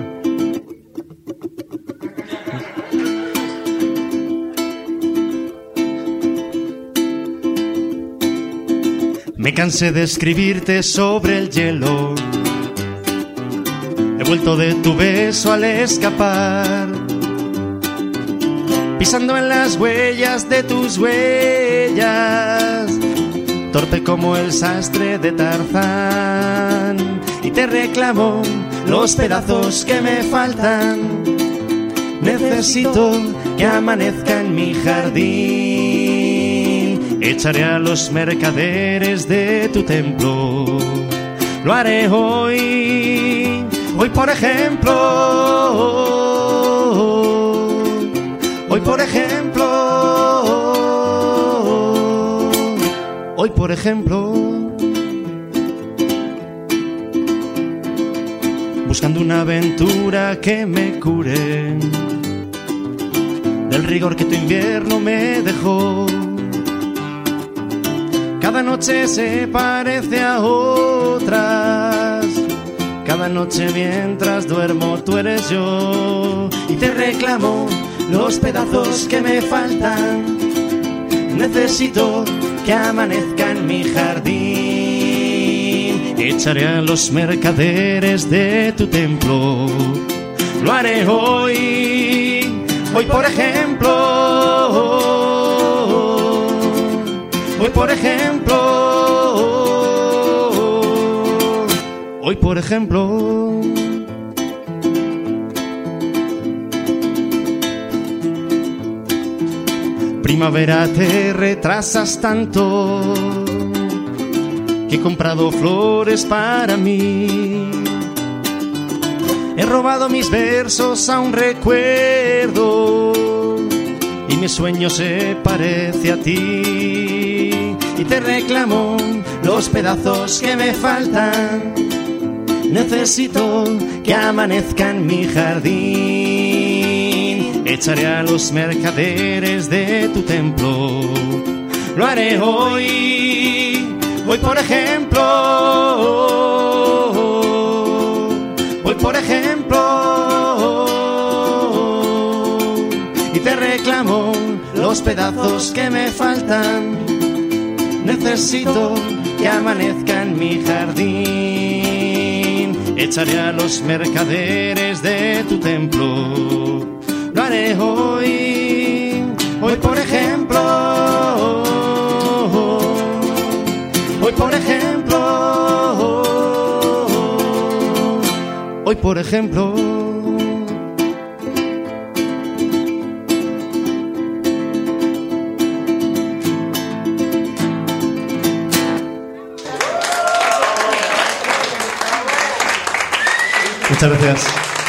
Me cansé de escribirte sobre el hielo. He vuelto de tu beso al escapar, pisando en las huellas de tus huellas, torpe como el sastre de Tarzán. Y te reclamo los pedazos que me faltan. Necesito que amanezca en mi jardín. Echaré a los mercaderes de tu templo. Lo haré hoy, hoy por ejemplo. Hoy por ejemplo. Hoy por ejemplo. Buscando una aventura que me cure del rigor que tu invierno me dejó. Cada noche se parece a otras. Cada noche mientras duermo tú eres yo. Y te reclamo los pedazos que me faltan. Necesito que amanezca en mi jardín. Echaré a los mercaderes de tu templo. Lo haré hoy, hoy por ejemplo. Hoy por ejemplo, hoy por ejemplo. Primavera, te retrasas tanto que he comprado flores para mí. He robado mis versos a un recuerdo y mi sueño se parece a ti. Y te reclamo los pedazos que me faltan. Necesito que amanezca en mi jardín. Echaré a los mercaderes de tu templo. Lo haré hoy, hoy por ejemplo. Hoy por ejemplo. Y te reclamo los pedazos que me faltan. Necesito que amanezca en mi jardín. Echaré a los mercaderes de tu templo. Lo haré hoy, hoy por ejemplo. Hoy por ejemplo. Hoy por ejemplo. Muchas gracias.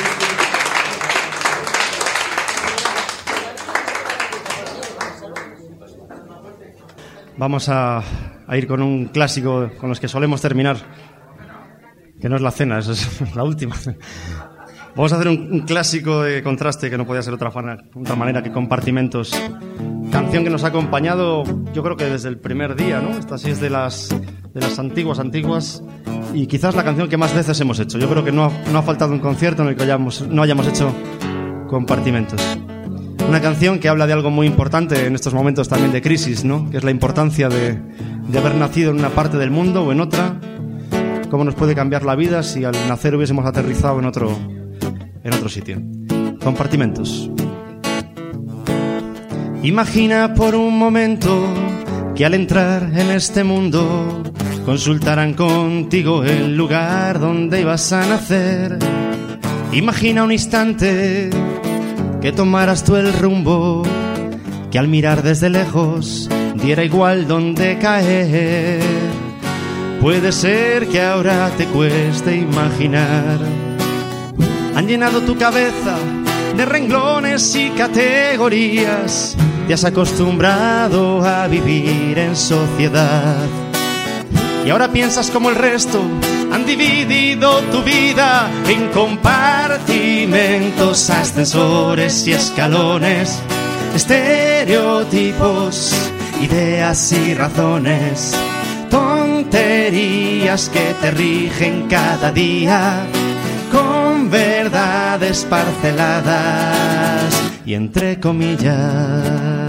Vamos a, a ir con un clásico con los que solemos terminar, que no es la cena, esa es la última. Vamos a hacer un, un clásico de contraste que no podía ser de otra, otra manera que Compartimentos. Canción que nos ha acompañado, yo creo que desde el primer día, ¿no? Esta sí es de las, de las antiguas, antiguas. Y quizás la canción que más veces hemos hecho. Yo creo que no ha, no ha faltado un concierto en el que hayamos, no hayamos hecho Compartimentos. Una canción que habla de algo muy importante en estos momentos también de crisis, ¿no? Que es la importancia de, de haber nacido en una parte del mundo o en otra. Cómo nos puede cambiar la vida si al nacer hubiésemos aterrizado en otro, en otro sitio. Compartimentos. Imagina por un momento que al entrar en este mundo consultarán contigo el lugar donde ibas a nacer. Imagina un instante que tomaras tú el rumbo, que al mirar desde lejos diera igual donde caer. Puede ser que ahora te cueste imaginar. Han llenado tu cabeza de renglones y categorías. Te has acostumbrado a vivir en sociedad. Y ahora piensas como el resto. Han dividido tu vida en compartimentos, ascensores y escalones, estereotipos, ideas y razones, tonterías que te rigen cada día, con verdades parceladas y entre comillas.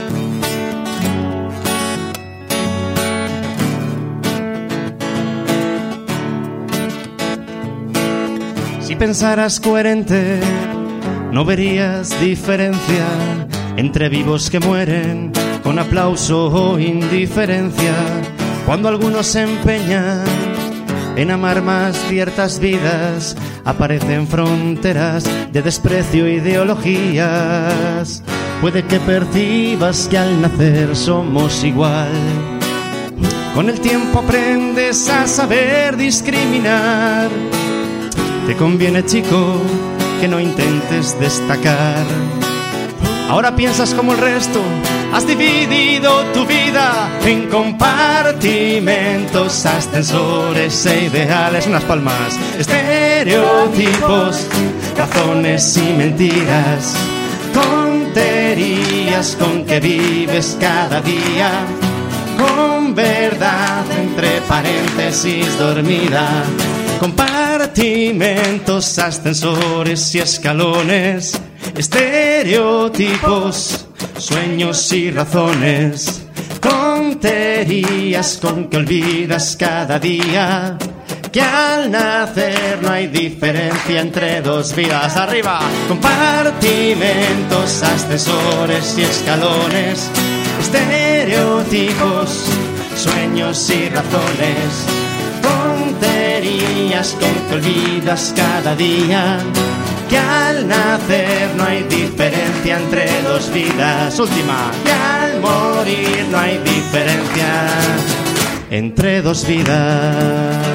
Si pensaras coherente, no verías diferencia entre vivos que mueren con aplauso o indiferencia. Cuando algunos se empeñan en amar más ciertas vidas, aparecen fronteras de desprecio e ideologías. Puede que percibas que al nacer somos igual. Con el tiempo aprendes a saber discriminar. Te conviene, chico, que no intentes destacar. Ahora piensas como el resto. Has dividido tu vida en compartimentos, ascensores e ideales. Unas palmas. Estereotipos, razones y mentiras, tonterías con que vives cada día, con verdad entre paréntesis dormida. Compartimentos, ascensores y escalones, estereotipos, sueños y razones, tonterías con que olvidas cada día, que al nacer no hay diferencia entre dos vidas. Arriba. Compartimentos, ascensores y escalones, estereotipos, sueños y razones, tonterías con que olvidas cada día, que al nacer no hay diferencia entre dos vidas. Última. Que al morir no hay diferencia entre dos vidas.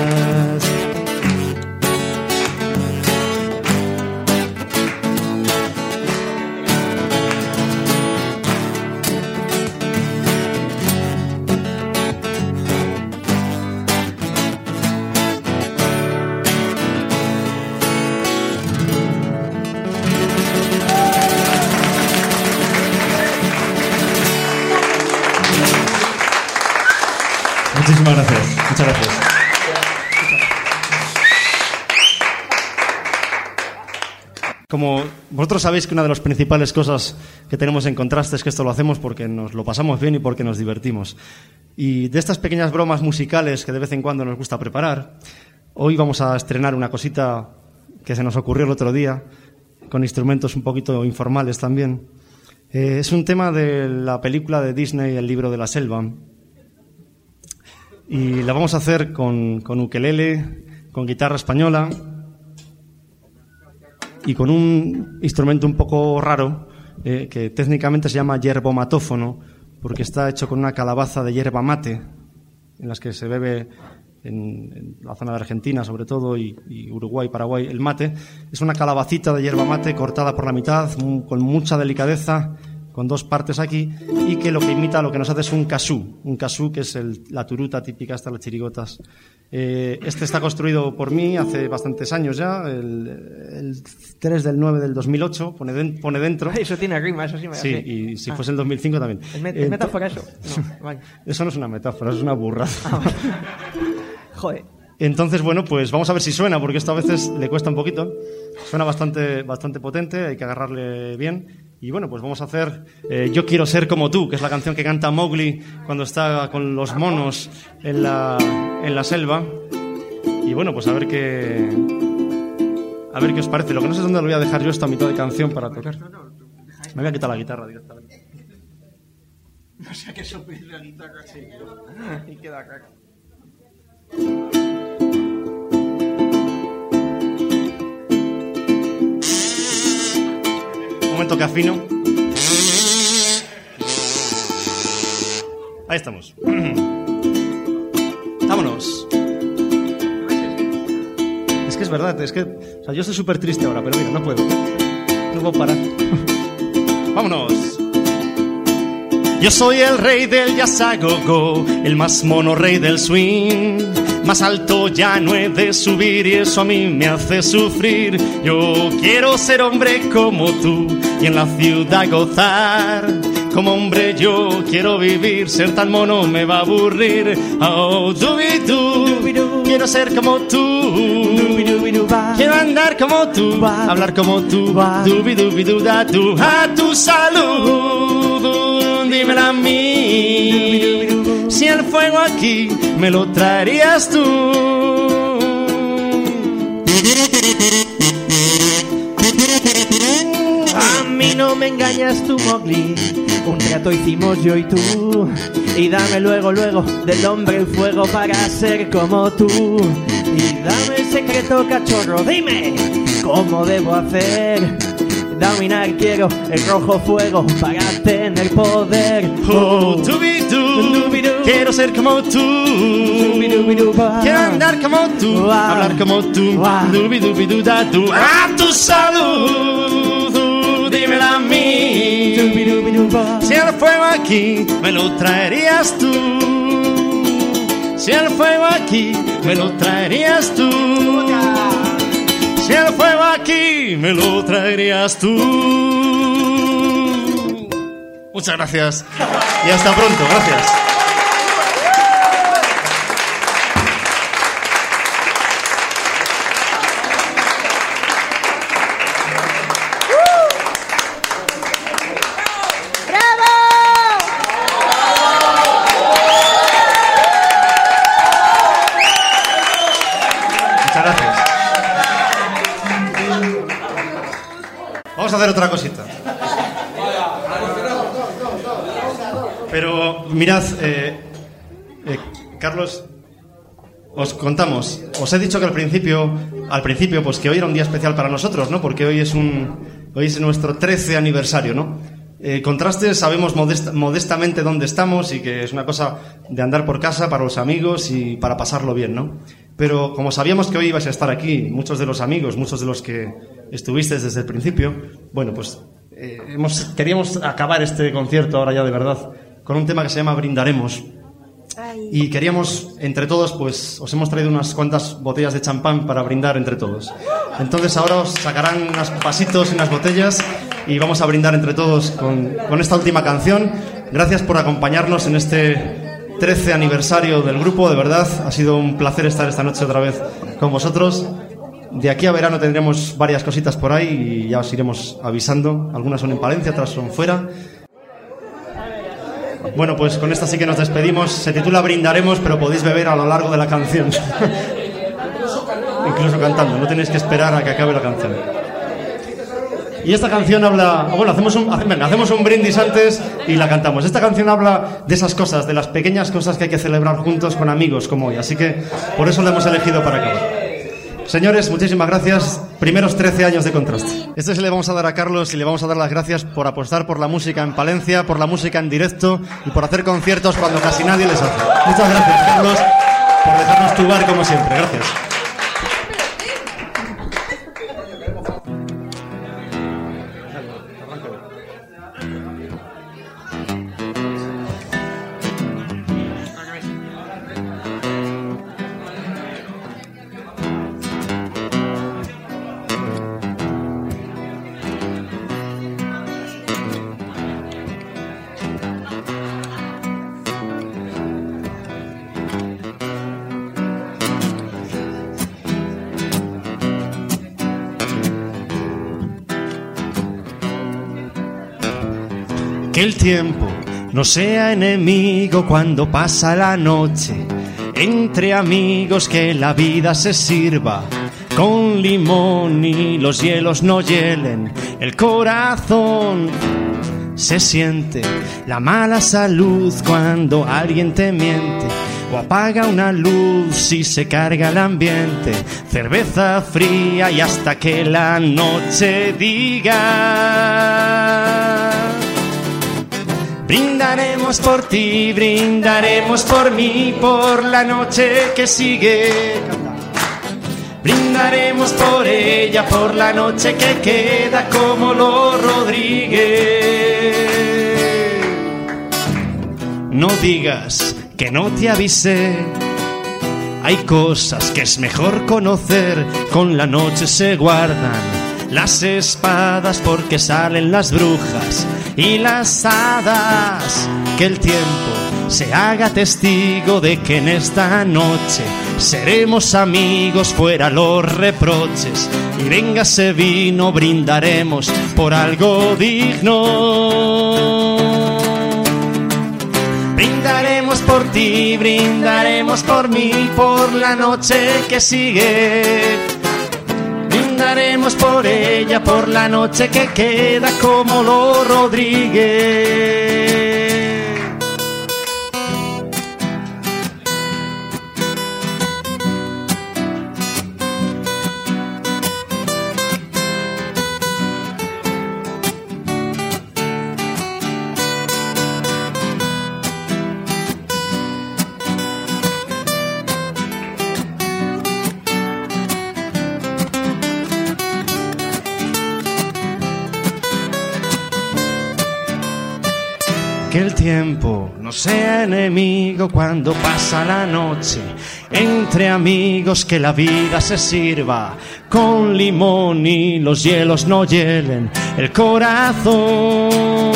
Muchísimas gracias. Muchas gracias. Como vosotros sabéis que una de las principales cosas que tenemos en Contraste es que esto lo hacemos porque nos lo pasamos bien y porque nos divertimos. Y de estas pequeñas bromas musicales que de vez en cuando nos gusta preparar, hoy vamos a estrenar una cosita que se nos ocurrió el otro día, con instrumentos un poquito informales también. Eh, es un tema de la película de Disney, El libro de la selva. Y la vamos a hacer con, con ukelele, con guitarra española y con un instrumento un poco raro eh, que técnicamente se llama yerbomatófono, porque está hecho con una calabaza de yerba mate, en las que se bebe en, en la zona de Argentina sobre todo, y, y Uruguay, Paraguay, el mate. Es una calabacita de yerba mate cortada por la mitad, muy, con mucha delicadeza, con dos partes aquí, y que lo que imita, lo que nos hace es un casú, un casú que es el, la turuta típica, hasta las chirigotas. Eh, este está construido por mí hace bastantes años ya, el, el tres del nueve del dos mil ocho, pone, de, pone dentro. Eso tiene rima, eso sí me Sí, y si ah. fuese el dos mil cinco también. ¿Es, met- ¿es metáfora eso? No, vale. Eso no es una metáfora, es una burrada. Ah, vale. Joder. Entonces, bueno, pues vamos a ver si suena, porque esto a veces le cuesta un poquito. Suena bastante, bastante potente, hay que agarrarle bien. Y bueno, pues vamos a hacer eh, Yo quiero ser como tú, que es la canción que canta Mowgli cuando está con los monos en la, en la selva. Y bueno, pues a ver qué a ver qué os parece. Lo que no sé es dónde lo voy a dejar yo esta mitad de canción para tocar. Me voy a quitar la guitarra directamente. No sé qué soplir la guitarra así. Y queda caca. Un momento que afino. Ahí estamos. Vámonos. Es que es verdad, es que... O sea, yo estoy súper triste ahora, pero mira, no puedo. No puedo parar. Vámonos. Yo soy el rey del jazz a go-go, el más mono rey del swing. Más alto ya no he de subir y eso a mí me hace sufrir. Yo quiero ser hombre como tú y en la ciudad gozar. Como hombre yo quiero vivir, ser tan mono me va a aburrir. Oh, dubi-du, quiero ser como tú. Quiero andar como tú, hablar como tú. Dubi-dubi-du-da-du, a tu salud. Dímela a mí, si el fuego aquí me lo traerías tú. A mí no me engañas tú, Mowgli. Un trato hicimos yo y tú. Y dame luego, luego del hombre el fuego para ser como tú. Y dame el secreto, cachorro, dime cómo debo hacer. Dominar quiero el rojo fuego para tener poder. Oh, dubi-du, quiero ser como tú. Quiero andar como tú, hablar como tú. Dubi-dubi-du-da-du, a tu salud. Dímela a mí, si el fuego aquí me lo traerías tú. Si el fuego aquí me lo traerías tú. Si el fuego aquí me lo traerías tú. Muchas gracias y hasta pronto, gracias. Vamos a hacer otra cosita. Pero mirad, eh, eh, Carlos, os contamos. Os he dicho que al principio, al principio, pues que hoy era un día especial para nosotros, ¿no? Porque hoy es un, hoy es nuestro trece aniversario, ¿no? Eh, Contrastes, sabemos modesta, modestamente dónde estamos y que es una cosa de andar por casa para los amigos y para pasarlo bien, ¿no? Pero como sabíamos que hoy ibais a estar aquí, muchos de los amigos, muchos de los que estuvisteis desde el principio, bueno, pues eh, hemos, queríamos acabar este concierto ahora ya de verdad con un tema que se llama Brindaremos. Y queríamos, entre todos, pues os hemos traído unas cuantas botellas de champán para brindar entre todos. Entonces ahora os sacarán unos vasitos y unas botellas y vamos a brindar entre todos con, con esta última canción. Gracias por acompañarnos en este trece aniversario del grupo, de verdad. Ha sido un placer estar esta noche otra vez con vosotros. De aquí a verano tendremos varias cositas por ahí y ya os iremos avisando. Algunas son en Palencia, otras son fuera. Bueno, pues con esta sí que nos despedimos. Se titula Brindaremos, pero podéis beber a lo largo de la canción. Incluso cantando, no tenéis que esperar a que acabe la canción. Y esta canción habla... Bueno, hacemos un, venga, hacemos un brindis antes y la cantamos. Esta canción habla de esas cosas, de las pequeñas cosas que hay que celebrar juntos con amigos como hoy. Así que por eso la hemos elegido para acabar. Señores, muchísimas gracias. Primeros trece años de Contraste. Este se le vamos a dar a Carlos y le vamos a dar las gracias por apostar por la música en Palencia, por la música en directo y por hacer conciertos cuando casi nadie les hace. Muchas gracias, Carlos, por dejarnos tubar como siempre. Gracias. Que el tiempo no sea enemigo cuando pasa la noche. Entre amigos que la vida se sirva con limón y los hielos no hielen el corazón. se siente la mala salud cuando alguien te miente o apaga una luz y se carga el ambiente. Cerveza fría y hasta que la noche diga: brindaremos por ti, brindaremos por mí, por la noche que sigue. Brindaremos por ella, por la noche que queda, como lo Rodríguez. No digas que no te avisé, hay cosas que es mejor conocer, con la noche se guardan las espadas porque salen las brujas y las hadas. Que el tiempo se haga testigo de que en esta noche seremos amigos, fuera los reproches, y venga ese vino, brindaremos por algo digno. Brindaremos por ti, brindaremos por mí, por la noche que sigue. Brindaremos por ella, por la noche que queda, como lo Rodríguez. Que el tiempo no sea enemigo cuando pasa la noche entre amigos, que la vida se sirva con limón y los hielos no hielen el corazón.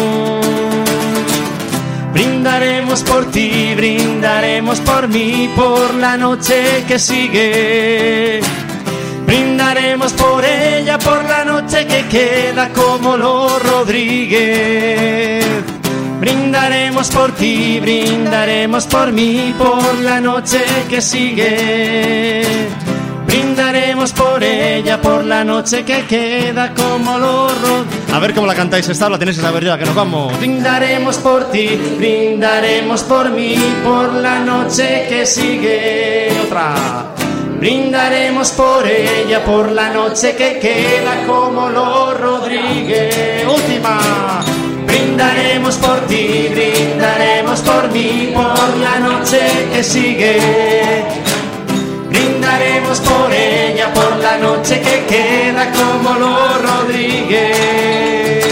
Brindaremos por ti, brindaremos por mí, por la noche que sigue. Brindaremos por ella, por la noche que queda, como lo Rodríguez. Brindaremos por ti, brindaremos por mí, por la noche que sigue. Brindaremos por ella, por la noche que queda, como lo Rod... A ver cómo la cantáis esta, la tenéis que saber ya, que nos vamos. Brindaremos por ti, brindaremos por mí, por la noche que sigue. Otra. Brindaremos por ella, por la noche que queda, como lo Rodríguez. Última. Brindaremos por ti, brindaremos por mí, por la noche que sigue. Brindaremos por ella, por la noche que queda, como lo Rodríguez.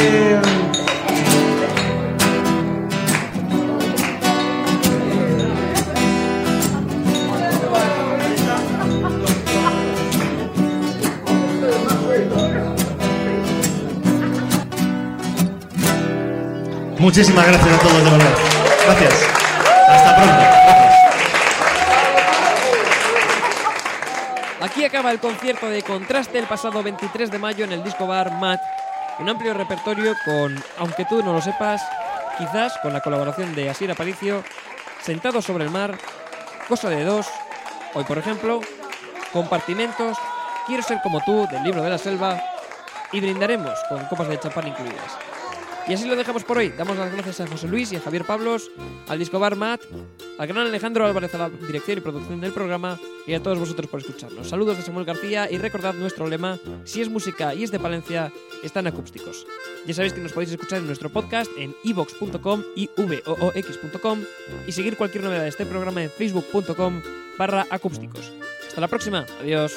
Muchísimas gracias a todos, de verdad. Gracias. Hasta pronto. Gracias. Aquí acaba el concierto de Contraste el pasado veintitrés de mayo en el disco bar Mat. Un amplio repertorio con, aunque tú no lo sepas, quizás con la colaboración de Asier Aparicio, Sentados sobre el mar, Cosa de dos, hoy por ejemplo, Compartimentos, Quiero ser como tú, del Libro de la Selva, y Brindaremos, con copas de champán incluidas. Y así lo dejamos por hoy. Damos las gracias a José Luis y a Javier Pablos, al disco bar Mat, al gran Alejandro Álvarez a la dirección y producción del programa, y a todos vosotros por escucharnos. Saludos de Samuel García y recordad nuestro lema: si es música y es de Palencia, están acústicos. Ya sabéis que nos podéis escuchar en nuestro podcast en ivox punto com y voox punto com y seguir cualquier novedad de este programa en facebook punto com barra acústicos. Hasta la próxima. Adiós.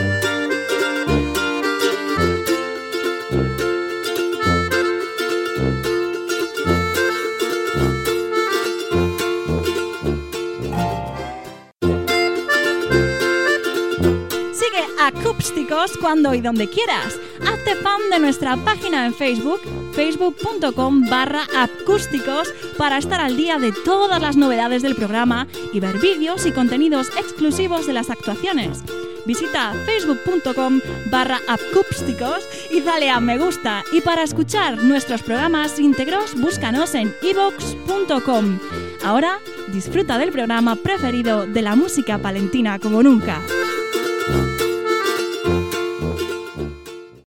Acústicos cuando y donde quieras. Hazte fan de nuestra página en Facebook, facebook punto com barra acústicos, para estar al día de todas las novedades del programa y ver vídeos y contenidos exclusivos de las actuaciones. Visita facebook punto com barra acústicos y dale a me gusta. Y para escuchar nuestros programas íntegros, búscanos en ivox punto com. Ahora disfruta del programa preferido de la música palentina como nunca.